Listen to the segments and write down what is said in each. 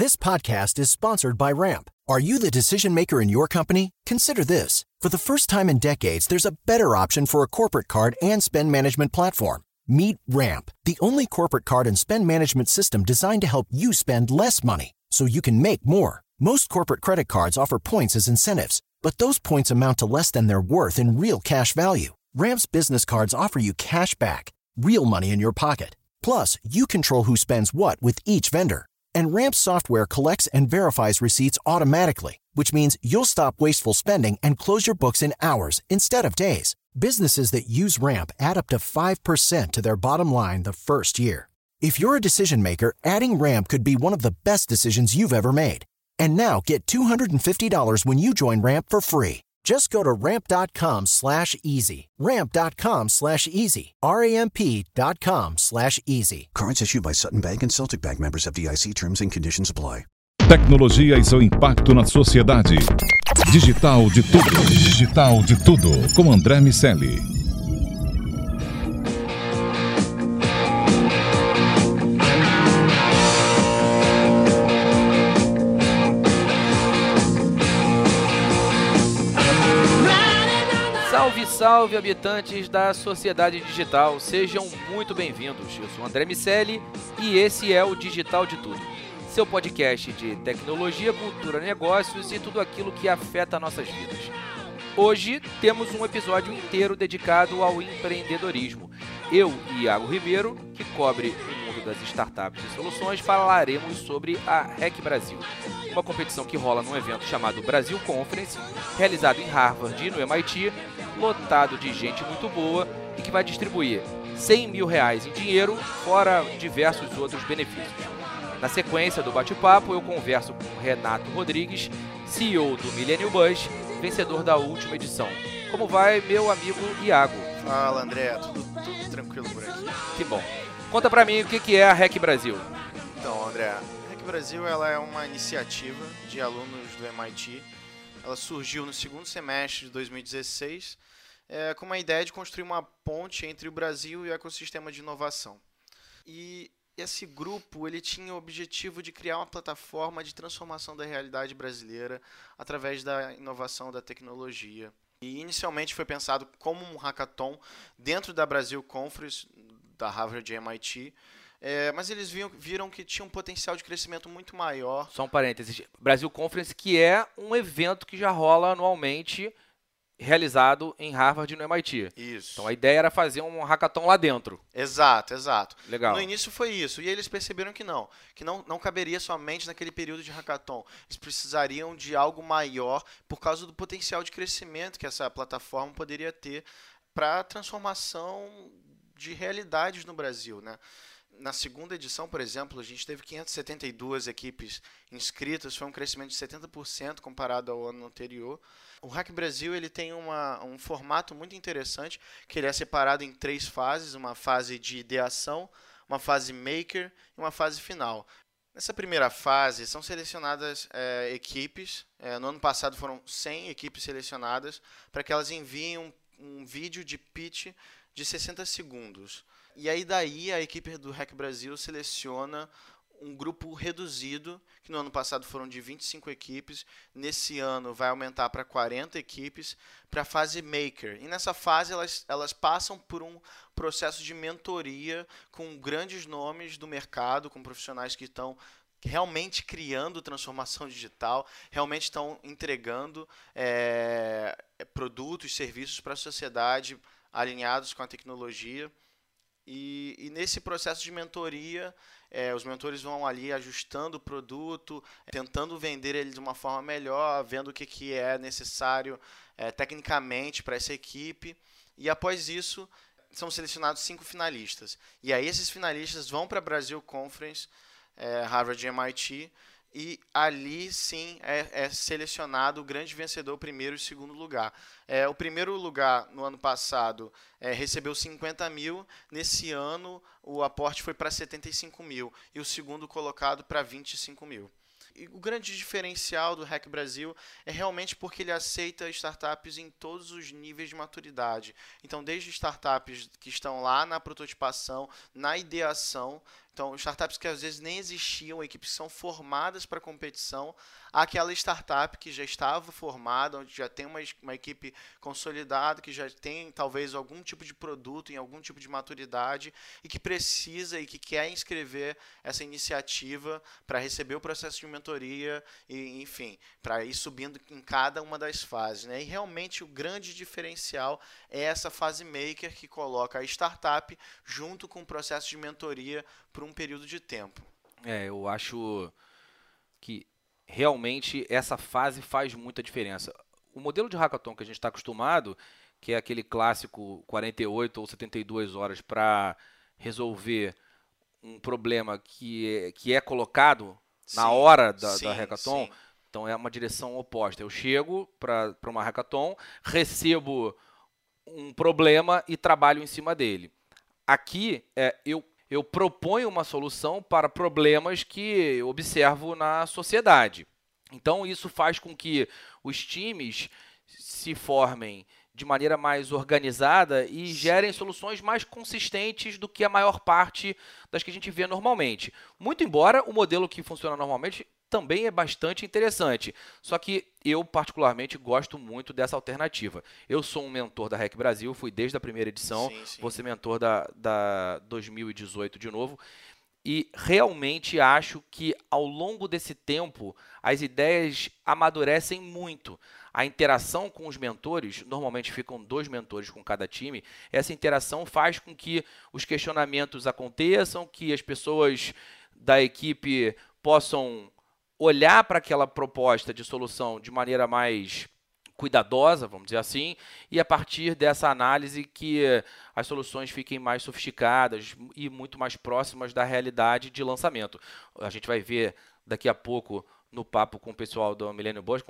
This podcast is sponsored by Ramp. Are you the decision maker in your company? Consider this. For the first time in decades, there's a better option for a corporate card and spend management platform. Meet Ramp, the only corporate card and spend management system designed to help you spend less money so you can make more. Most corporate credit cards offer points as incentives, but those points amount to less than their worth in real cash value. Ramp's business cards offer you cash back, real money in your pocket. Plus, you control who spends what with each vendor. And Ramp's software collects and verifies receipts automatically, which means you'll stop wasteful spending and close your books in hours instead of days. Businesses that use Ramp add up to 5% to their bottom line the first year. If you're a decision maker, adding Ramp could be one of the best decisions you've ever made. And now get $250 when you join Ramp for free. Just go to ramp.com/easy. Ramp.com/easy. RAMP.com/easy. Cards issued by Sutton Bank and Celtic Bank, members of FDIC. Terms and conditions apply. Tecnologia e seu impacto na sociedade. Digital de tudo. Digital de tudo. Com André Miceli. Salve, salve, habitantes da sociedade digital, sejam muito bem-vindos. Eu sou André Miceli e esse é o Digital de Tudo, seu podcast de tecnologia, cultura, negócios e tudo aquilo que afeta nossas vidas. Hoje temos um episódio inteiro dedicado ao empreendedorismo. Eu e Iago Ribeiro, que cobre o mundo das startups e soluções, falaremos sobre a Hack Brasil, uma competição que rola num evento chamado Brasil Conference, realizado em Harvard e no MIT, lotado de gente muito boa e que vai distribuir R$100 mil em dinheiro, fora diversos outros benefícios. Na sequência do bate-papo, eu converso com Renato Rodrigues, CEO do Millennium Buzz, vencedor da última edição. Como vai, meu amigo Iago? Fala, André, tudo tranquilo por aqui. Que bom. Conta pra mim o que é a Hack Brasil. Então, André, a Hack Brasil ela é uma iniciativa de alunos do MIT. Ela surgiu no segundo semestre de 2016 com uma ideia de construir uma ponte entre o Brasil e o ecossistema de inovação. E esse grupo ele tinha o objetivo de criar uma plataforma de transformação da realidade brasileira através da inovação da tecnologia. E inicialmente foi pensado como um hackathon dentro da Brasil Conference, da Harvard e MIT, mas eles viram que tinha um potencial de crescimento muito maior. Só um parênteses, Brasil Conference, que é um evento que já rola anualmente, realizado em Harvard e no MIT. Isso. Então a ideia era fazer um hackathon lá dentro. Exato. Legal. No início foi isso, e eles perceberam que não caberia somente naquele período de hackathon. Eles precisariam de algo maior por causa do potencial de crescimento que essa plataforma poderia ter para a transformação de realidades no Brasil, né? Na segunda edição, por exemplo, a gente teve 572 equipes inscritas, foi um crescimento de 70% comparado ao ano anterior. O Hack Brasil ele tem um formato muito interessante, que ele é separado em 3 fases, uma fase de ideação, uma fase maker e uma fase final. Nessa primeira fase são selecionadas equipes, no ano passado foram 100 equipes selecionadas, para que elas enviem um vídeo de pitch de 60 segundos. E aí daí a equipe do Hack Brasil seleciona um grupo reduzido, que no ano passado foram de 25 equipes, nesse ano vai aumentar para 40 equipes, para a fase Maker. E nessa fase elas passam por um processo de mentoria com grandes nomes do mercado, com profissionais que estão realmente criando transformação digital, realmente estão entregando produtos, serviços para a sociedade alinhados com a tecnologia. E nesse processo de mentoria, os mentores vão ali ajustando o produto, tentando vender ele de uma forma melhor, vendo o que é necessário tecnicamente para essa equipe. E após isso, são selecionados 5 finalistas. E aí esses finalistas vão para a Brasil Conference, Harvard e MIT, e ali sim é selecionado o grande vencedor, o primeiro e o segundo lugar. O primeiro lugar no ano passado recebeu 50 mil, nesse ano o aporte foi para 75 mil e o segundo colocado para 25 mil. E o grande diferencial do Hack Brasil é realmente porque ele aceita startups em todos os níveis de maturidade. Então, desde startups que estão lá na prototipação, na ideação, Então, startups que às vezes nem existiam, equipes que são formadas para competição, aquela startup que já estava formada, onde já tem uma equipe consolidada, que já tem talvez algum tipo de produto, em algum tipo de maturidade, e que precisa e que quer inscrever essa iniciativa para receber o processo de mentoria, e, enfim, para ir subindo em cada uma das fases, né? E realmente o grande diferencial é essa fase maker que coloca a startup junto com o processo de mentoria por um período de tempo. Eu acho que realmente essa fase faz muita diferença. O modelo de hackathon que a gente está acostumado, que é aquele clássico 48 ou 72 horas para resolver um problema que é colocado na hora da hackathon, sim. Então é uma direção oposta. Eu chego para uma hackathon, recebo um problema e trabalho em cima dele. Aqui eu proponho uma solução para problemas que eu observo na sociedade. Então isso faz com que os times se formem de maneira mais organizada e gerem soluções mais consistentes do que a maior parte das que a gente vê normalmente. Muito embora o modelo que funciona normalmente também é bastante interessante. Só que eu, particularmente, gosto muito dessa alternativa. Eu sou um mentor da REC Brasil, fui desde a primeira edição, vou ser mentor da 2018 de novo. E realmente acho que, ao longo desse tempo, as ideias amadurecem muito. A interação com os mentores, normalmente ficam 2 mentores com cada time, essa interação faz com que os questionamentos aconteçam, que as pessoas da equipe possam olhar para aquela proposta de solução de maneira mais cuidadosa, vamos dizer assim, e a partir dessa análise que as soluções fiquem mais sofisticadas e muito mais próximas da realidade de lançamento. A gente vai ver daqui a pouco no papo com o pessoal da Millennium Buzz,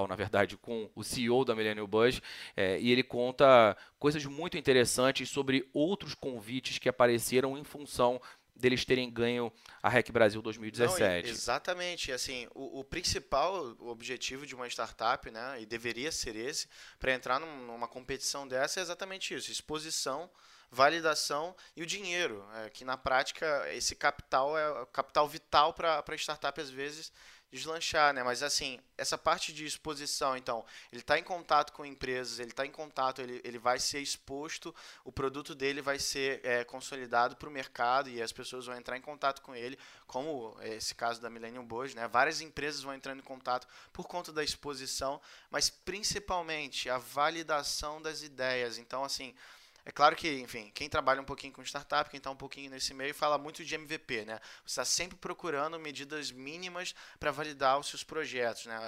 com o CEO da Millennium Buzz, e ele conta coisas muito interessantes sobre outros convites que apareceram em função deles terem ganho a REC Brasil 2017. Não, exatamente. Assim, o principal objetivo de uma startup, né, e deveria ser esse, para entrar numa competição dessa, é exatamente isso: exposição, validação e o dinheiro, que na prática esse capital é o capital vital para a startup às vezes deslanchar, né? Mas assim, essa parte de exposição, então, ele está em contato com empresas, ele está em contato, ele vai ser exposto, o produto dele vai ser consolidado para o mercado e as pessoas vão entrar em contato com ele, como esse caso da Millennium Buzz, né? Várias empresas vão entrando em contato por conta da exposição, mas principalmente a validação das ideias. Então, assim, é claro que, enfim, quem trabalha um pouquinho com startup, quem está um pouquinho nesse meio, fala muito de MVP, né? Você está sempre procurando medidas mínimas para validar os seus projetos, né?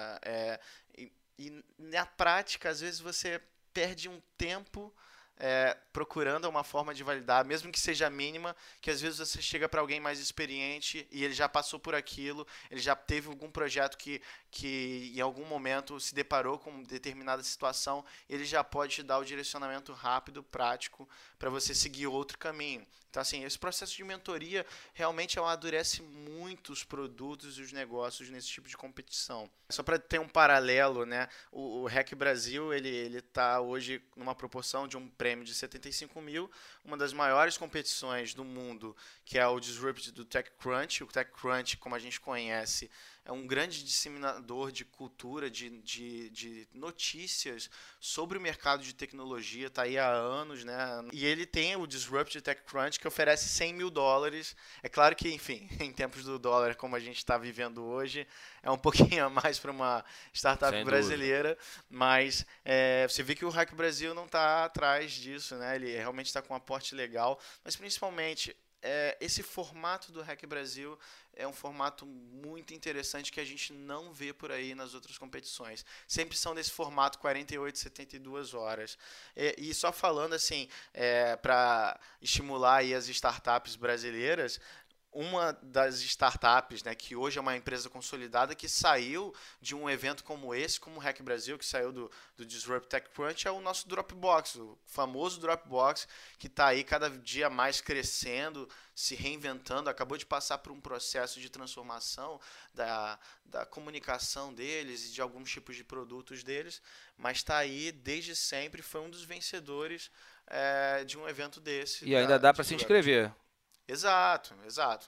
E na prática, às vezes você perde um tempo procurando uma forma de validar, mesmo que seja mínima, que às vezes você chega para alguém mais experiente e ele já passou por aquilo, ele já teve algum projeto que em algum momento se deparou com determinada situação, ele já pode te dar o direcionamento rápido, prático, para você seguir outro caminho. Então, assim, esse processo de mentoria realmente amadurece muito os produtos e os negócios nesse tipo de competição. Só para ter um paralelo, né? O REC Brasil, ele está hoje numa proporção de um prêmio de 75 mil, uma das maiores competições do mundo, que é o Disrupt do TechCrunch. O TechCrunch, como a gente conhece, é um grande disseminador de cultura, de notícias sobre o mercado de tecnologia, está aí há anos, né? E ele tem o Disrupt TechCrunch, que oferece 100 mil dólares. É claro que, enfim, em tempos do dólar, como a gente está vivendo hoje, é um pouquinho a mais para uma startup brasileira, mas você vê que o REC Brasil não está atrás disso, né? Ele realmente está com um aporte legal, mas principalmente esse formato do REC Brasil é um formato muito interessante que a gente não vê por aí nas outras competições. Sempre são desse formato 48, 72 horas. E só falando assim, para estimular aí as startups brasileiras, uma das startups, né, que hoje é uma empresa consolidada, que saiu de um evento como esse, como o REC Brasil, que saiu do Disrupt TechCrunch, é o nosso Dropbox, o famoso Dropbox, que está aí cada dia mais crescendo, se reinventando, acabou de passar por um processo de transformação da comunicação deles e de alguns tipos de produtos deles, mas está aí desde sempre, foi um dos vencedores de um evento desse. E ainda dá para se inscrever. Exato.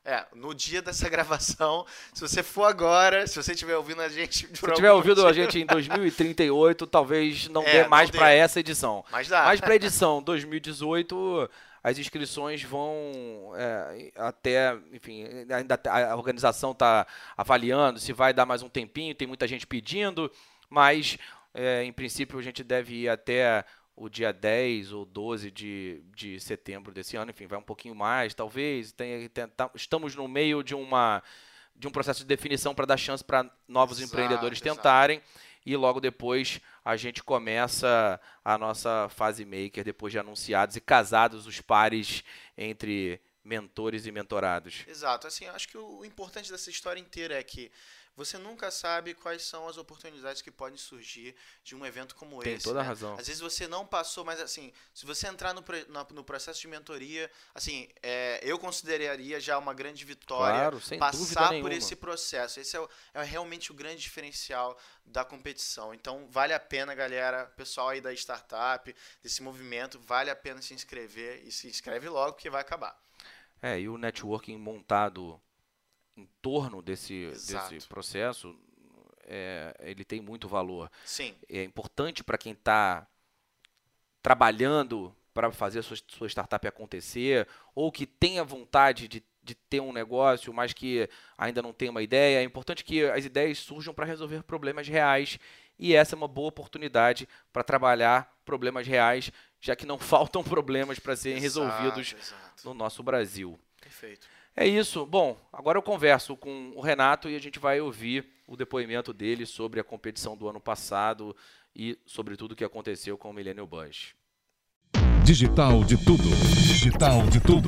No dia dessa gravação, se você for agora, se você estiver ouvindo a gente... Se tiver ouvido a gente em 2038, talvez não dê mais para essa edição. Mas dá. Mas para a edição 2018, as inscrições vão até... Enfim, ainda a organização está avaliando se vai dar mais um tempinho, tem muita gente pedindo, mas em princípio a gente deve ir até o dia 10 ou 12 de setembro desse ano, enfim, vai um pouquinho mais, talvez. Estamos no meio de um processo de definição para dar chance para novos empreendedores tentarem, e logo depois a gente começa a nossa fase maker, depois de anunciados e casados os pares entre mentores e mentorados. Exato, assim, acho que o importante dessa história inteira é que você nunca sabe quais são as oportunidades que podem surgir de um evento como esse. Tem toda a razão. Às vezes você não passou, mas assim, se você entrar no processo de mentoria, assim, eu consideraria já uma grande vitória, claro, sem dúvida passar nenhuma. por esse processo. Esse é realmente o grande diferencial da competição. Então, vale a pena, galera, pessoal aí da startup, desse movimento, vale a pena se inscrever, e se inscreve logo, porque vai acabar. E o networking montado em torno desse processo, ele tem muito valor. Sim. É importante para quem está trabalhando para fazer a sua startup acontecer, ou que tenha vontade de ter um negócio, mas que ainda não tem uma ideia. É importante que as ideias surjam para resolver problemas reais, e essa é uma boa oportunidade para trabalhar problemas reais, já que não faltam problemas para serem resolvidos no nosso Brasil. Perfeito. É isso. Bom, agora eu converso com o Renato e a gente vai ouvir o depoimento dele sobre a competição do ano passado e sobre tudo o que aconteceu com o Millennium Buzz. Digital de tudo. Digital de tudo.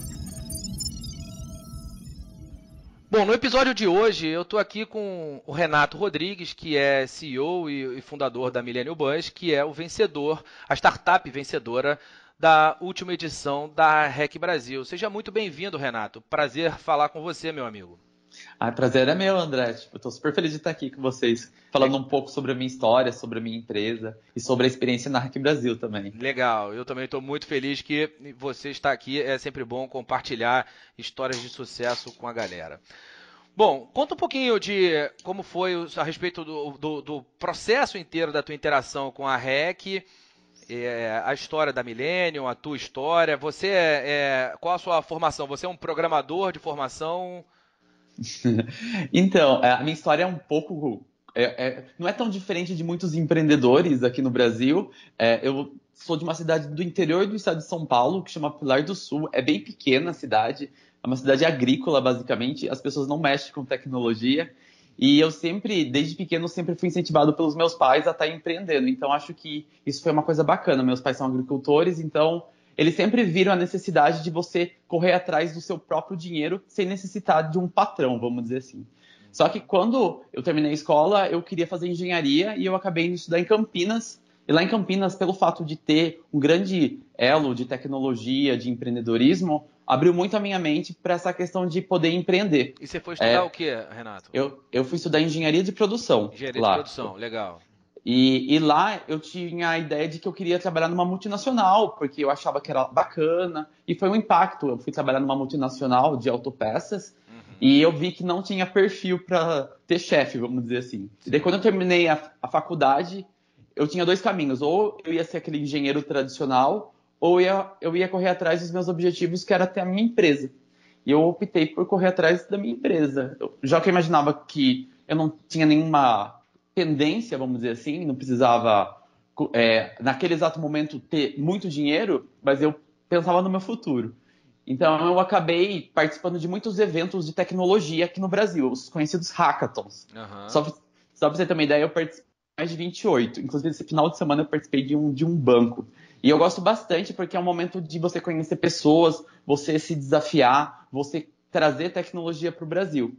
Bom, no episódio de hoje eu estou aqui com o Renato Rodrigues, que é CEO e fundador da Millennium Buzz, que é o vencedor, a startup vencedora da última edição da REC Brasil. Seja muito bem-vindo, Renato. Prazer falar com você, meu amigo. Prazer é meu, André. Eu estou super feliz de estar aqui com vocês, falando um pouco sobre a minha história, sobre a minha empresa e sobre a experiência na REC Brasil também. Legal. Eu também estou muito feliz que você está aqui. É sempre bom compartilhar histórias de sucesso com a galera. Bom, conta um pouquinho de como foi a respeito do processo inteiro da tua interação com a REC, a história da Millennium, a tua história. Você qual a sua formação? Você é um programador de formação? Então, a minha história é um pouco... não é tão diferente de muitos empreendedores aqui no Brasil. Eu sou de uma cidade do interior do estado de São Paulo, que chama Pilar do Sul. É bem pequena a cidade, é uma cidade agrícola, basicamente. As pessoas não mexem com tecnologia. E eu desde pequeno, sempre fui incentivado pelos meus pais a estar empreendendo. Então, acho que isso foi uma coisa bacana. Meus pais são agricultores, então eles sempre viram a necessidade de você correr atrás do seu próprio dinheiro sem necessitar de um patrão, vamos dizer assim. Só que quando eu terminei a escola, eu queria fazer engenharia e eu acabei indo estudar em Campinas. E lá em Campinas, pelo fato de ter um grande elo de tecnologia, de empreendedorismo, abriu muito a minha mente para essa questão de poder empreender. E você foi estudar o que, Renato? Eu fui estudar engenharia de produção. Engenharia de produção, legal. E lá eu tinha a ideia de que eu queria trabalhar numa multinacional, porque eu achava que era bacana. E foi um impacto. Eu fui trabalhar numa multinacional de autopeças e eu vi que não tinha perfil para ter chefe, vamos dizer assim. E daí, quando eu terminei a faculdade, eu tinha dois caminhos. Ou eu ia ser aquele engenheiro tradicional, ou eu ia correr atrás dos meus objetivos, que era ter a minha empresa. E eu optei por correr atrás da minha empresa. Já que eu imaginava que eu não tinha nenhuma pendência, vamos dizer assim, não precisava, naquele exato momento, ter muito dinheiro, mas eu pensava no meu futuro. Então, eu acabei participando de muitos eventos de tecnologia aqui no Brasil, os conhecidos hackathons. Uhum. Só para você ter uma ideia, eu participei de mais de 28. Inclusive, esse final de semana eu participei de um banco. E eu gosto bastante porque é um momento de você conhecer pessoas, você se desafiar, você trazer tecnologia para o Brasil.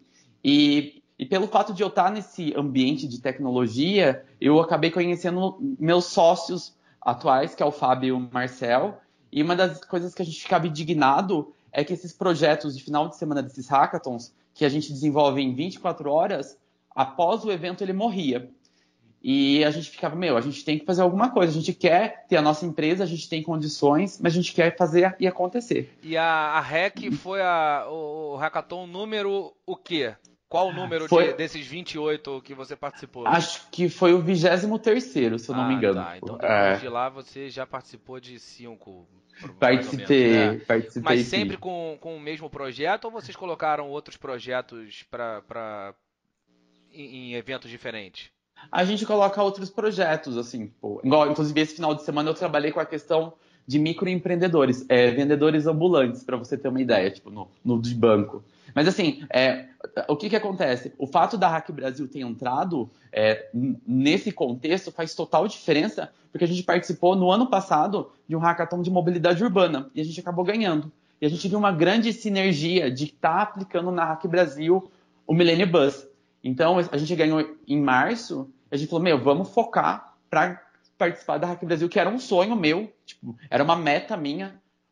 E pelo fato de eu estar nesse ambiente de tecnologia, eu acabei conhecendo meus sócios atuais, que é o Fábio e o Marcel. E uma das coisas que a gente ficava indignado é que esses projetos de final de semana desses hackathons, que a gente desenvolve em 24 horas, após o evento ele morria. E a gente ficava, a gente tem que fazer alguma coisa. A gente quer ter a nossa empresa, a gente tem condições, mas a gente quer fazer e acontecer. E a REC foi o hackathon número o quê? Qual o número desses 28 que você participou? Acho que foi o 23º, se eu não me engano. Tá. Então depois de lá você já participou de 5. Participei. Mas sempre com o mesmo projeto ou vocês colocaram outros projetos em eventos diferentes? A gente coloca outros projetos, assim, igual, inclusive esse final de semana eu trabalhei com a questão de microempreendedores, vendedores ambulantes, para você ter uma ideia, no de banco. Mas assim, o que acontece? O fato da Hack Brasil ter entrado nesse contexto faz total diferença, porque a gente participou no ano passado de um hackathon de mobilidade urbana, e a gente acabou ganhando. E a gente viu uma grande sinergia de estar aplicando na Hack Brasil o Millennium Bus. Então, a gente ganhou em março, e a gente falou, vamos focar para participar da Hack Brasil, que era um sonho meu, era uma meta minha,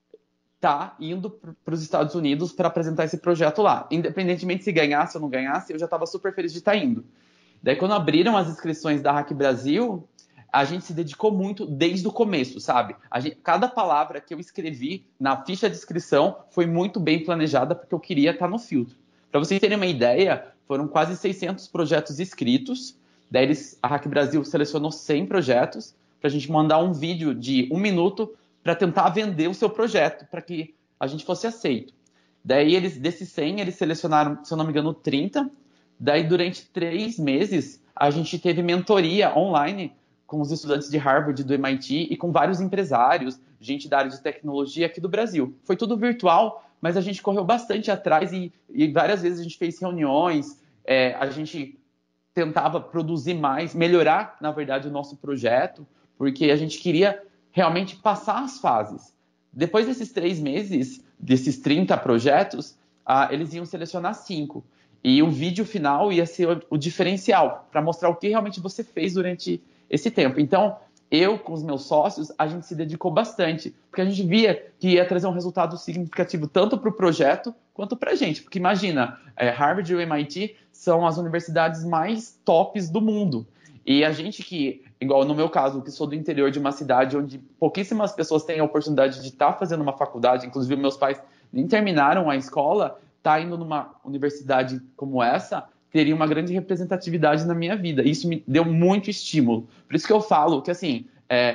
indo para os Estados Unidos para apresentar esse projeto lá. Independentemente se ganhasse ou não ganhasse, eu já estava super feliz de estar indo. Daí, quando abriram as inscrições da Hack Brasil, a gente se dedicou muito desde o começo, sabe? Cada palavra que eu escrevi na ficha de inscrição foi muito bem planejada, porque eu queria estar no filtro. Para vocês terem uma ideia, foram quase 600 projetos inscritos. Daí a Hack Brasil selecionou 100 projetos para a gente mandar um vídeo de 1 minuto para tentar vender o seu projeto, para que a gente fosse aceito. Daí, desses 100, eles selecionaram, se eu não me engano, 30. Daí, durante 3 meses, a gente teve mentoria online com os estudantes de Harvard, do MIT, e com vários empresários, gente da área de tecnologia aqui do Brasil. Foi tudo virtual, mas a gente correu bastante atrás e várias vezes a gente fez reuniões, a gente tentava produzir mais, melhorar, na verdade, o nosso projeto, porque a gente queria realmente passar as fases. Depois desses 3 meses, desses 30 projetos, eles iam selecionar 5. E o vídeo final ia ser o diferencial, para mostrar o que realmente você fez durante esse tempo. Então, eu, com os meus sócios, a gente se dedicou bastante, porque a gente via que ia trazer um resultado significativo tanto para o projeto quanto para a gente. Porque imagina, Harvard e o MIT são as universidades mais tops do mundo. E a gente que, igual no meu caso, que sou do interior de uma cidade onde pouquíssimas pessoas têm a oportunidade de estar fazendo uma faculdade, inclusive meus pais nem terminaram a escola, tá indo numa universidade como essa, teria uma grande representatividade na minha vida. Isso me deu muito estímulo. Por isso que eu falo que, assim,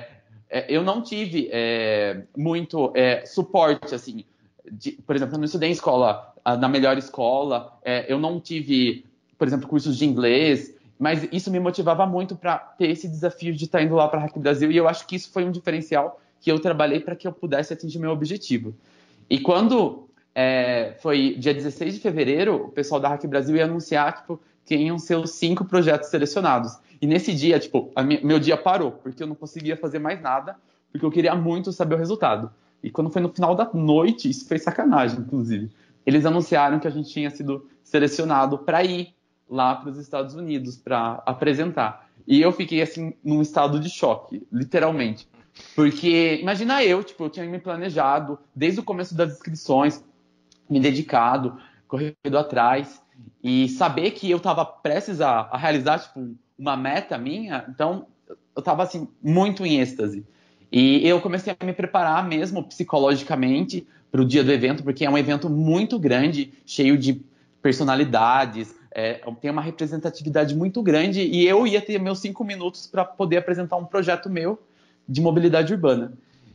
eu não tive muito suporte, assim, por exemplo, eu não estudei em escola, na melhor escola, eu não tive, por exemplo, cursos de inglês, mas isso me motivava muito para ter esse desafio de estar indo lá para a Hack Brasil, e eu acho que isso foi um diferencial que eu trabalhei para que eu pudesse atingir meu objetivo. E quando foi dia 16 de fevereiro, o pessoal da Hack Brasil ia anunciar quem iam ser os 5 projetos selecionados. E nesse dia, meu dia parou, porque eu não conseguia fazer mais nada, porque eu queria muito saber o resultado. E quando foi no final da noite, isso foi sacanagem, inclusive, eles anunciaram que a gente tinha sido selecionado para ir lá para os Estados Unidos para apresentar. E eu fiquei, assim, num estado de choque, literalmente. Porque, imagina eu tinha me planejado desde o começo das inscrições, me dedicado, corrido atrás, e saber que eu estava prestes a realizar, uma meta minha, então eu estava, assim, muito em êxtase. E eu comecei a me preparar mesmo psicologicamente para o dia do evento, porque é um evento muito grande, cheio de personalidades, tem uma representatividade muito grande, e eu ia ter meus 5 minutos para poder apresentar um projeto meu de mobilidade urbana.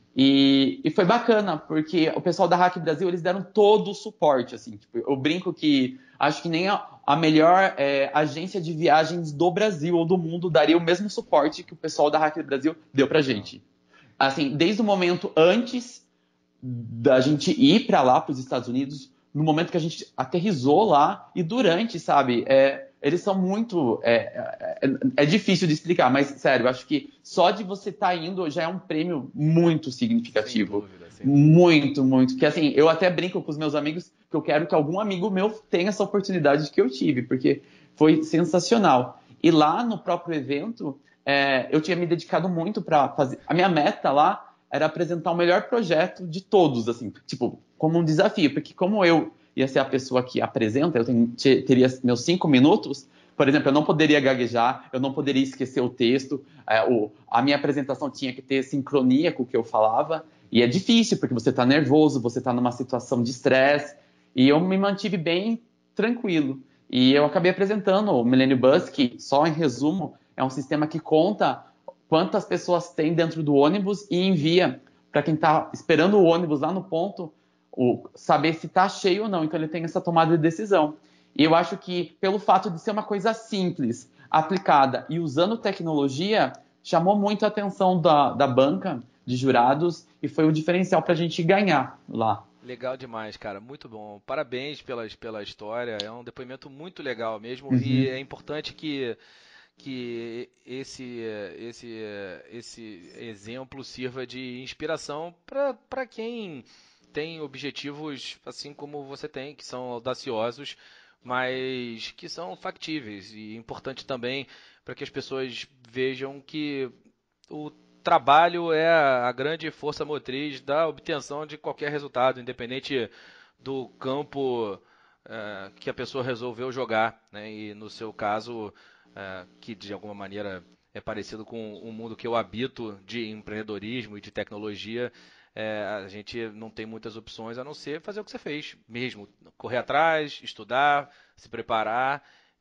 E foi bacana, porque o pessoal da Hack Brasil, eles deram todo o suporte, assim, eu brinco que acho que nem a melhor agência de viagens do Brasil ou do mundo daria o mesmo suporte que o pessoal da Hack Brasil deu pra gente. Assim, desde o momento antes da gente ir para lá, para os Estados Unidos, no momento que a gente aterrissou lá e durante, sabe? Eles são muito... É difícil de explicar, mas, sério, eu acho que só de você estar indo já é um prêmio muito significativo. Sem dúvida, sem dúvida. Muito, muito. Que, assim, eu até brinco com os meus amigos que eu quero que algum amigo meu tenha essa oportunidade que eu tive, porque foi sensacional. E lá no próprio evento, eu tinha me dedicado muito para fazer... A minha meta lá era apresentar o melhor projeto de todos, assim, como um desafio, porque como eu ia ser a pessoa que apresenta, eu teria meus 5 minutos, Por exemplo, eu não poderia gaguejar, eu não poderia esquecer o texto, a minha apresentação tinha que ter sincronia com o que eu falava, e é difícil, porque você está nervoso, você está numa situação de estresse, e eu me mantive bem tranquilo. E eu acabei apresentando o Millennium Bus, que, só em resumo, é um sistema que conta quantas pessoas tem dentro do ônibus e envia para quem está esperando o ônibus lá no ponto, saber se está cheio ou não. Então ele tem essa tomada de decisão. E eu acho que, pelo fato de ser uma coisa simples, aplicada e usando tecnologia, chamou muito a atenção da banca de jurados e foi o diferencial para a gente ganhar lá. Legal demais, cara. Muito bom. Parabéns pela história. É um depoimento muito legal mesmo. E é importante que esse exemplo sirva de inspiração para quem tem objetivos assim como você tem, que são audaciosos, mas que são factíveis. E importante também para que as pessoas vejam que o trabalho é a grande força motriz da obtenção de qualquer resultado, independente do campo que a pessoa resolveu jogar, né? E no seu caso, que de alguma maneira é parecido com o mundo que eu habito de empreendedorismo e de tecnologia, a gente não tem muitas opções a não ser fazer o que você fez mesmo, correr atrás, estudar, se preparar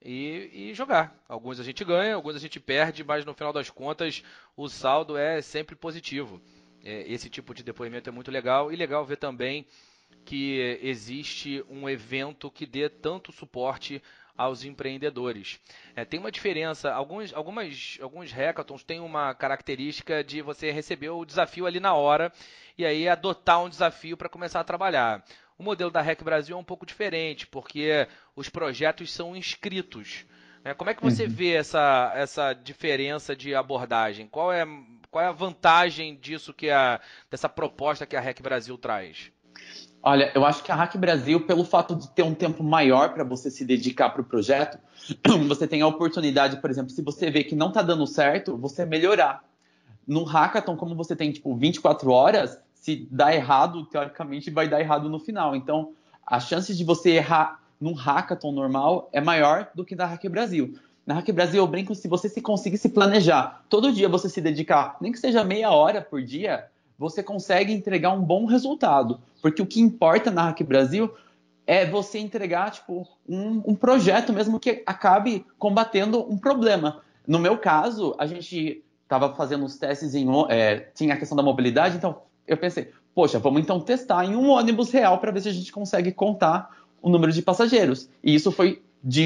e jogar. Alguns a gente ganha, alguns a gente perde, mas no final das contas o saldo é sempre positivo. Esse tipo de depoimento é muito legal, e legal ver também que existe um evento que dê tanto suporte aos empreendedores. Tem uma diferença, alguns hackathons têm uma característica de você receber o desafio ali na hora e aí adotar um desafio para começar a trabalhar. O modelo da Hack Brasil é um pouco diferente, porque os projetos são inscritos. Como é que você vê essa diferença de abordagem? Qual é a vantagem disso dessa proposta que a Hack Brasil traz? Olha, eu acho que a Hack Brasil, pelo fato de ter um tempo maior para você se dedicar para o projeto, você tem a oportunidade, por exemplo, se você vê que não está dando certo, você melhorar. No Hackathon, como você tem 24 horas, se dá errado, teoricamente vai dar errado no final. Então, a chance de você errar num Hackathon normal é maior do que na Hack Brasil. Na Hack Brasil, eu brinco, se você conseguir se planejar, todo dia você se dedicar, nem que seja meia hora por dia, você consegue entregar um bom resultado. Porque o que importa na Hack Brasil é você entregar um projeto mesmo que acabe combatendo um problema. No meu caso, a gente estava fazendo os testes tinha a questão da mobilidade, então eu pensei, poxa, vamos então testar em um ônibus real para ver se a gente consegue contar o número de passageiros. E isso foi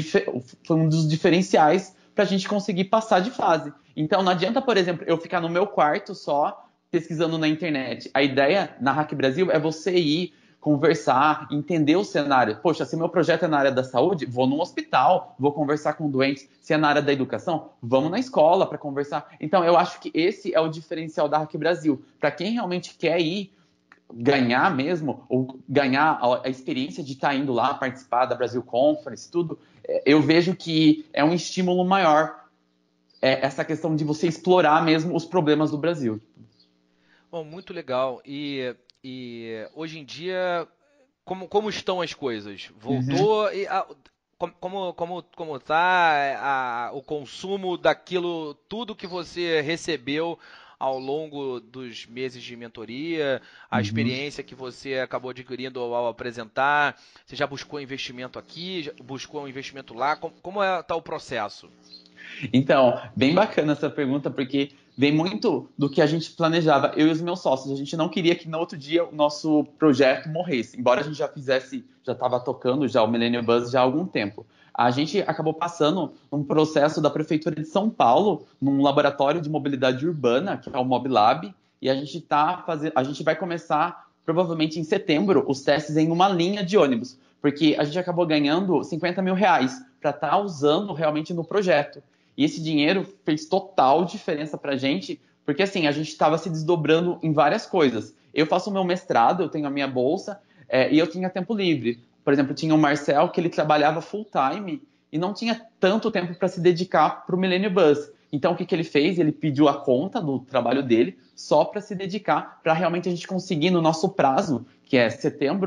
um dos diferenciais para a gente conseguir passar de fase. Então não adianta, por exemplo, eu ficar no meu quarto só pesquisando na internet. A ideia na Hack Brasil é você ir conversar, entender o cenário. Poxa, se meu projeto é na área da saúde, vou num hospital, vou conversar com doentes. Se é na área da educação, vamos na escola para conversar. Então, eu acho que esse é o diferencial da Hack Brasil. Para quem realmente quer ir ganhar mesmo, ou ganhar a experiência de estar indo lá participar da Brasil Conference, tudo, eu vejo que é um estímulo maior essa questão de você explorar mesmo os problemas do Brasil. Bom, muito legal. E hoje em dia, como estão as coisas? Voltou? Como está o consumo daquilo, tudo que você recebeu ao longo dos meses de mentoria, a experiência que você acabou adquirindo ao apresentar? Você já buscou investimento aqui? Já buscou um investimento lá? Como está o processo? Então, bem bacana essa pergunta, porque vem muito do que a gente planejava, eu e os meus sócios. A gente não queria que no outro dia o nosso projeto morresse, embora a gente já estava tocando já o Millennium Bus já há algum tempo. A gente acabou passando um processo da Prefeitura de São Paulo, num laboratório de mobilidade urbana, que é o MobLab, e a gente vai começar, provavelmente em setembro, os testes em uma linha de ônibus, porque a gente acabou ganhando R$50 mil para estar usando realmente no projeto. E esse dinheiro fez total diferença para a gente, porque assim, a gente estava se desdobrando em várias coisas. Eu faço o meu mestrado, eu tenho a minha bolsa, e eu tinha tempo livre. Por exemplo, tinha o Marcel, que ele trabalhava full time e não tinha tanto tempo para se dedicar para o Millennium Bus. Então, o que ele fez? Ele pediu a conta do trabalho dele só para se dedicar, para realmente a gente conseguir, no nosso prazo, que é setembro,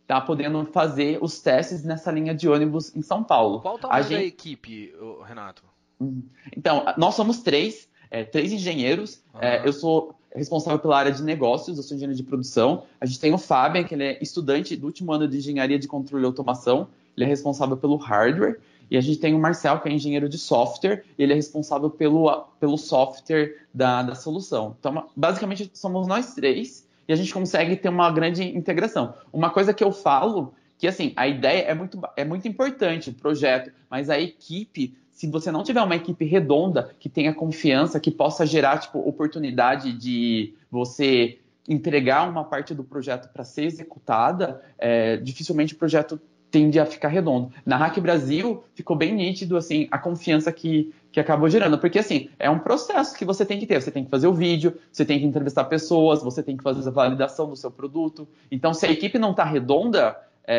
tá podendo fazer os testes nessa linha de ônibus em São Paulo. Qual o tamanho da equipe, Renato? Então, nós somos três engenheiros. Eu sou responsável pela área de negócios, eu sou engenheiro de produção. A gente tem o Fábio, que ele é estudante do último ano de engenharia de controle e automação. Ele é responsável pelo hardware. E a gente tem o Marcel, que é engenheiro de software, e ele é responsável pelo software da solução. Então, basicamente, somos nós três, e a gente consegue ter uma grande integração. Uma coisa que eu falo, que assim, a ideia é muito importante, o projeto, mas a equipe, se você não tiver uma equipe redonda, que tenha confiança, que possa gerar, tipo, oportunidade de você entregar uma parte do projeto para ser executada, dificilmente o projeto tende a ficar redondo. Na Hack Brasil, ficou bem nítido, assim, a confiança que acabou gerando. Porque, assim, é um processo que você tem que ter. Você tem que fazer o vídeo, você tem que entrevistar pessoas, você tem que fazer a validação do seu produto. Então, se a equipe não está redonda,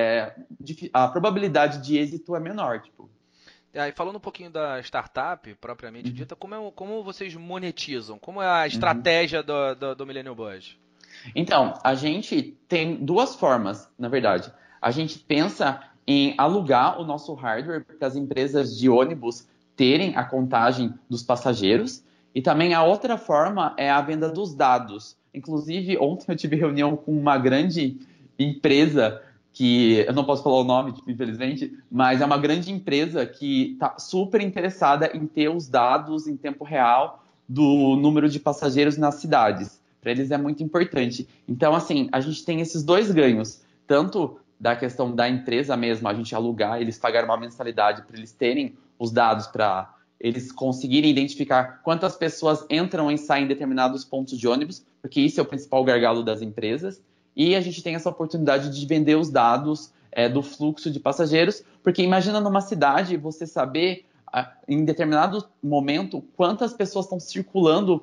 a probabilidade de êxito é menor, tipo. E falando um pouquinho da startup, propriamente dita, como vocês monetizam? Como é a estratégia do Millennium Buzz? Então, a gente tem duas formas, na verdade. A gente pensa em alugar o nosso hardware para as empresas de ônibus terem a contagem dos passageiros. E também a outra forma é a venda dos dados. Inclusive, ontem eu tive reunião com uma grande empresa que, eu não posso falar o nome, infelizmente, mas é uma grande empresa que está super interessada em ter os dados em tempo real do número de passageiros nas cidades. Para eles é muito importante. Então, assim, a gente tem esses dois ganhos, tanto da questão da empresa mesmo, a gente alugar, eles pagarem uma mensalidade para eles terem os dados, para eles conseguirem identificar quantas pessoas entram e saem em determinados pontos de ônibus, porque isso é o principal gargalo das empresas, e a gente tem essa oportunidade de vender os dados do fluxo de passageiros, porque imagina numa cidade você saber, em determinado momento, quantas pessoas estão circulando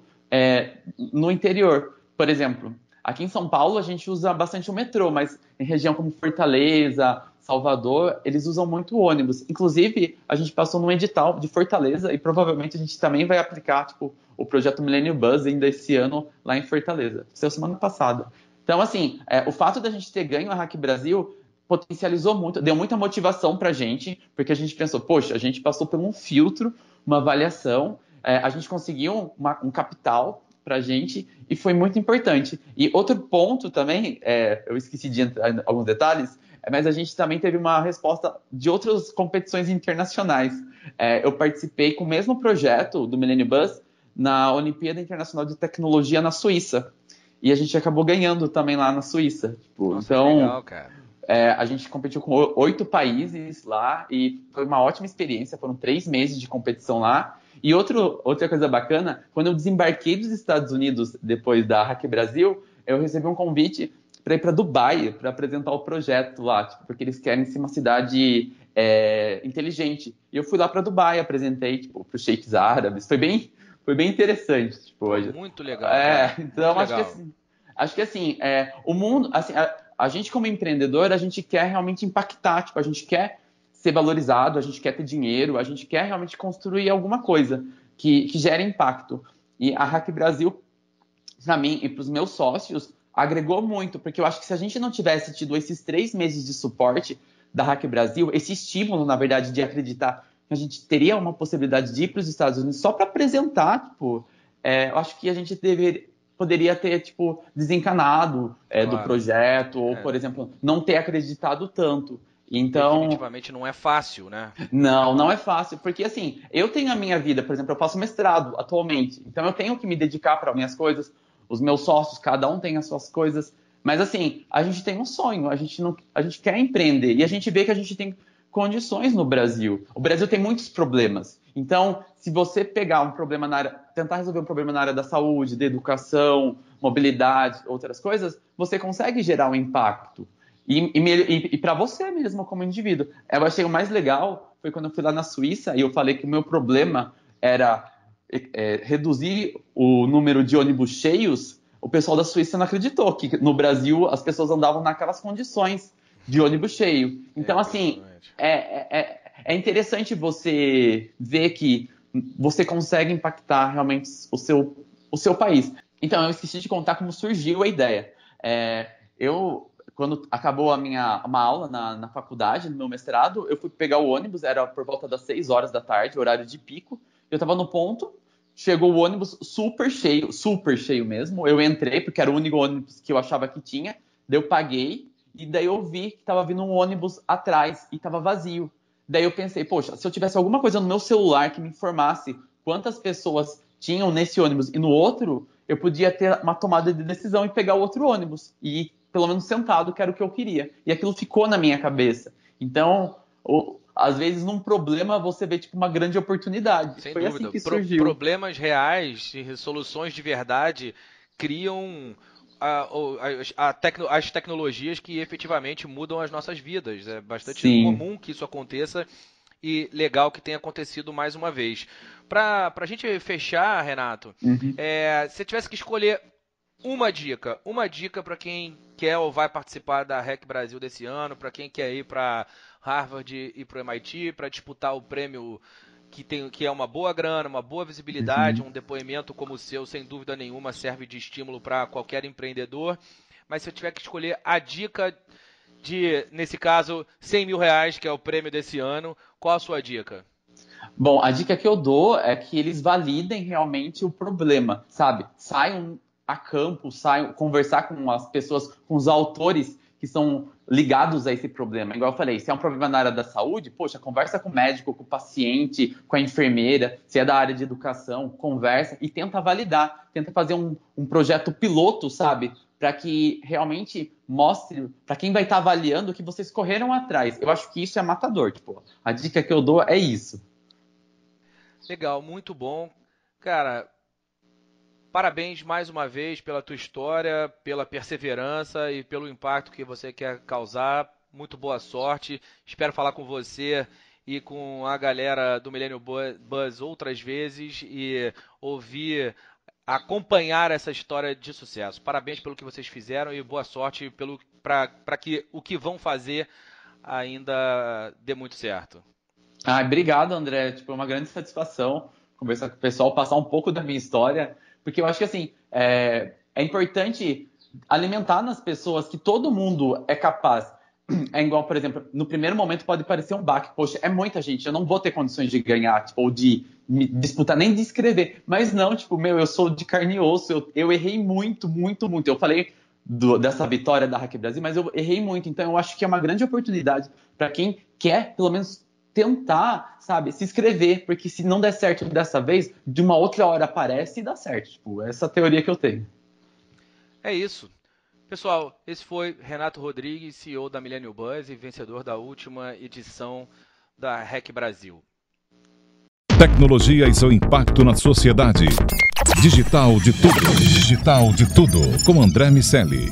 no interior. Por exemplo, aqui em São Paulo, a gente usa bastante o metrô, mas em região como Fortaleza, Salvador, eles usam muito o ônibus. Inclusive, a gente passou num edital de Fortaleza e provavelmente a gente também vai aplicar o projeto Millennium Buzz ainda esse ano lá em Fortaleza. Isso é semana passada. Então, assim, o fato da gente ter ganho a Hack Brasil potencializou muito, deu muita motivação pra gente, porque a gente pensou, poxa, a gente passou por um filtro, uma avaliação, a gente conseguiu um capital para a gente, e foi muito importante. E outro ponto também, eu esqueci de entrar em alguns detalhes, mas a gente também teve uma resposta de outras competições internacionais. Eu participei com o mesmo projeto do Millennium Buzz na Olimpíada Internacional de Tecnologia na Suíça, e a gente acabou ganhando também lá na Suíça. Nossa, então, legal, cara. A gente competiu com 8 países lá, e foi uma ótima experiência, foram 3 meses de competição lá. E outra coisa bacana, quando eu desembarquei dos Estados Unidos depois da Hack Brasil, eu recebi um convite para ir para Dubai para apresentar o projeto lá, porque eles querem ser uma cidade inteligente. E eu fui lá para Dubai, apresentei para os sheiks árabes, foi bem interessante. Hoje. Muito legal. Cara. Então, muito acho que assim, o mundo, assim, a gente como empreendedor, a gente quer realmente impactar, a gente quer ser valorizado, a gente quer ter dinheiro, a gente quer realmente construir alguma coisa que gere impacto. E a Hack Brasil, para mim e para os meus sócios, agregou muito, porque eu acho que se a gente não tivesse tido esses 3 meses de suporte da Hack Brasil, esse estímulo, na verdade, de acreditar que a gente teria uma possibilidade de ir para os Estados Unidos só para apresentar, eu acho que a gente poderia ter, desencanado do projeto, ou, por exemplo, não ter acreditado tanto. Então, definitivamente não é fácil, né? Não é fácil, porque assim, eu tenho a minha vida, por exemplo, eu faço mestrado atualmente, então eu tenho que me dedicar para minhas coisas, os meus sócios, cada um tem as suas coisas, mas assim, a gente tem um sonho, a gente quer empreender, e a gente vê que a gente tem condições no Brasil. O Brasil tem muitos problemas, então se você pegar um problema tentar resolver um problema na área da saúde, da educação, mobilidade, outras coisas, você consegue gerar um impacto. E para você mesmo, como indivíduo. Eu achei o mais legal foi quando eu fui lá na Suíça e eu falei que o meu problema era reduzir o número de ônibus cheios. O pessoal da Suíça não acreditou que no Brasil as pessoas andavam naquelas condições de ônibus cheio. Então, assim, é interessante você ver que você consegue impactar realmente o seu país. Então, eu esqueci de contar como surgiu a ideia. Eu quando acabou uma aula na faculdade, no meu mestrado, eu fui pegar o ônibus, era por volta das 6 horas da tarde, horário de pico. Eu tava no ponto, chegou o ônibus super cheio mesmo. Eu entrei, porque era o único ônibus que eu achava que tinha. Daí eu paguei, e daí eu vi que tava vindo um ônibus atrás e tava vazio. Daí eu pensei, poxa, se eu tivesse alguma coisa no meu celular que me informasse quantas pessoas tinham nesse ônibus e no outro, eu podia ter uma tomada de decisão e pegar o outro ônibus. E pelo menos sentado, que era o que eu queria. E aquilo ficou na minha cabeça. Então, às vezes, num problema, você vê tipo uma grande oportunidade. Sem Foi dúvida. assim que surgiu. Problemas reais e soluções de verdade criam as tecnologias que efetivamente mudam as nossas vidas. É bastante comum que isso aconteça e legal que tenha acontecido mais uma vez. Para a gente fechar, Renato, se você tivesse que escolher uma dica para quem quer ou vai participar da REC Brasil desse ano, para quem quer ir para Harvard e para o MIT, para disputar o prêmio que é uma boa grana, uma boa visibilidade, um depoimento como o seu, sem dúvida nenhuma, serve de estímulo para qualquer empreendedor. Mas se eu tiver que escolher a dica de, nesse caso, R$100 mil, que é o prêmio desse ano, qual a sua dica? Bom, a dica que eu dou é que eles validem realmente o problema, sabe? Saiam a campo, conversar com as pessoas, com os autores que são ligados a esse problema. Igual eu falei, se é um problema na área da saúde, poxa, conversa com o médico, com o paciente, com a enfermeira. Se é da área de educação, conversa e tenta validar. Tenta fazer um projeto piloto, sabe? Para que realmente mostre para quem vai estar avaliando que vocês correram atrás. Eu acho que isso é matador. Tipo, a dica que eu dou é isso. Legal, muito bom. Cara, parabéns mais uma vez pela tua história, pela perseverança e pelo impacto que você quer causar. Muito boa sorte. Espero falar com você e com a galera do Millennium Buzz outras vezes e acompanhar essa história de sucesso. Parabéns pelo que vocês fizeram e boa sorte para que o que vão fazer ainda dê muito certo. Obrigado, André. Tipo, é uma grande satisfação conversar com o pessoal, passar um pouco da minha história. Porque eu acho que assim, é importante alimentar nas pessoas que todo mundo é capaz. É igual, por exemplo, no primeiro momento pode parecer um baque. Poxa, é muita gente, eu não vou ter condições de ganhar, tipo, ou de me disputar, nem de escrever. Mas não, tipo, eu sou de carne e osso, eu errei muito, muito, muito. Eu falei dessa vitória da REC Brasil, mas eu errei muito. Então eu acho que é uma grande oportunidade para quem quer, pelo menos, tentar, sabe, se inscrever, porque se não der certo dessa vez, de uma outra hora aparece e dá certo. Tipo, essa teoria que eu tenho. É isso. Pessoal, esse foi Renato Rodrigues, CEO da Millennium Buzz e vencedor da última edição da REC Brasil. Tecnologia e seu impacto na sociedade. Digital de tudo. Digital de tudo. Com André Miceli.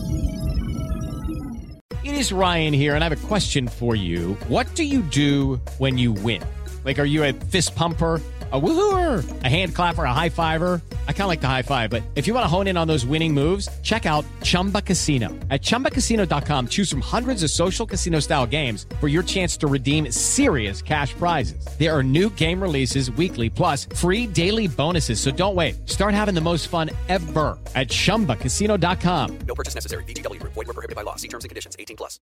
It is Ryan here, and I have a question for you. What do you do when you win? Like, are you a fist pumper, a woohooer, a hand clapper, a high fiver? I kind of like the high five, but if you want to hone in on those winning moves, check out Chumba Casino. At ChumbaCasino.com, choose from hundreds of social casino-style games for your chance to redeem serious cash prizes. There are new game releases weekly, plus free daily bonuses, so don't wait. Start having the most fun ever at ChumbaCasino.com. No purchase necessary. VGW Group. Void where prohibited by law. See terms and conditions. 18+.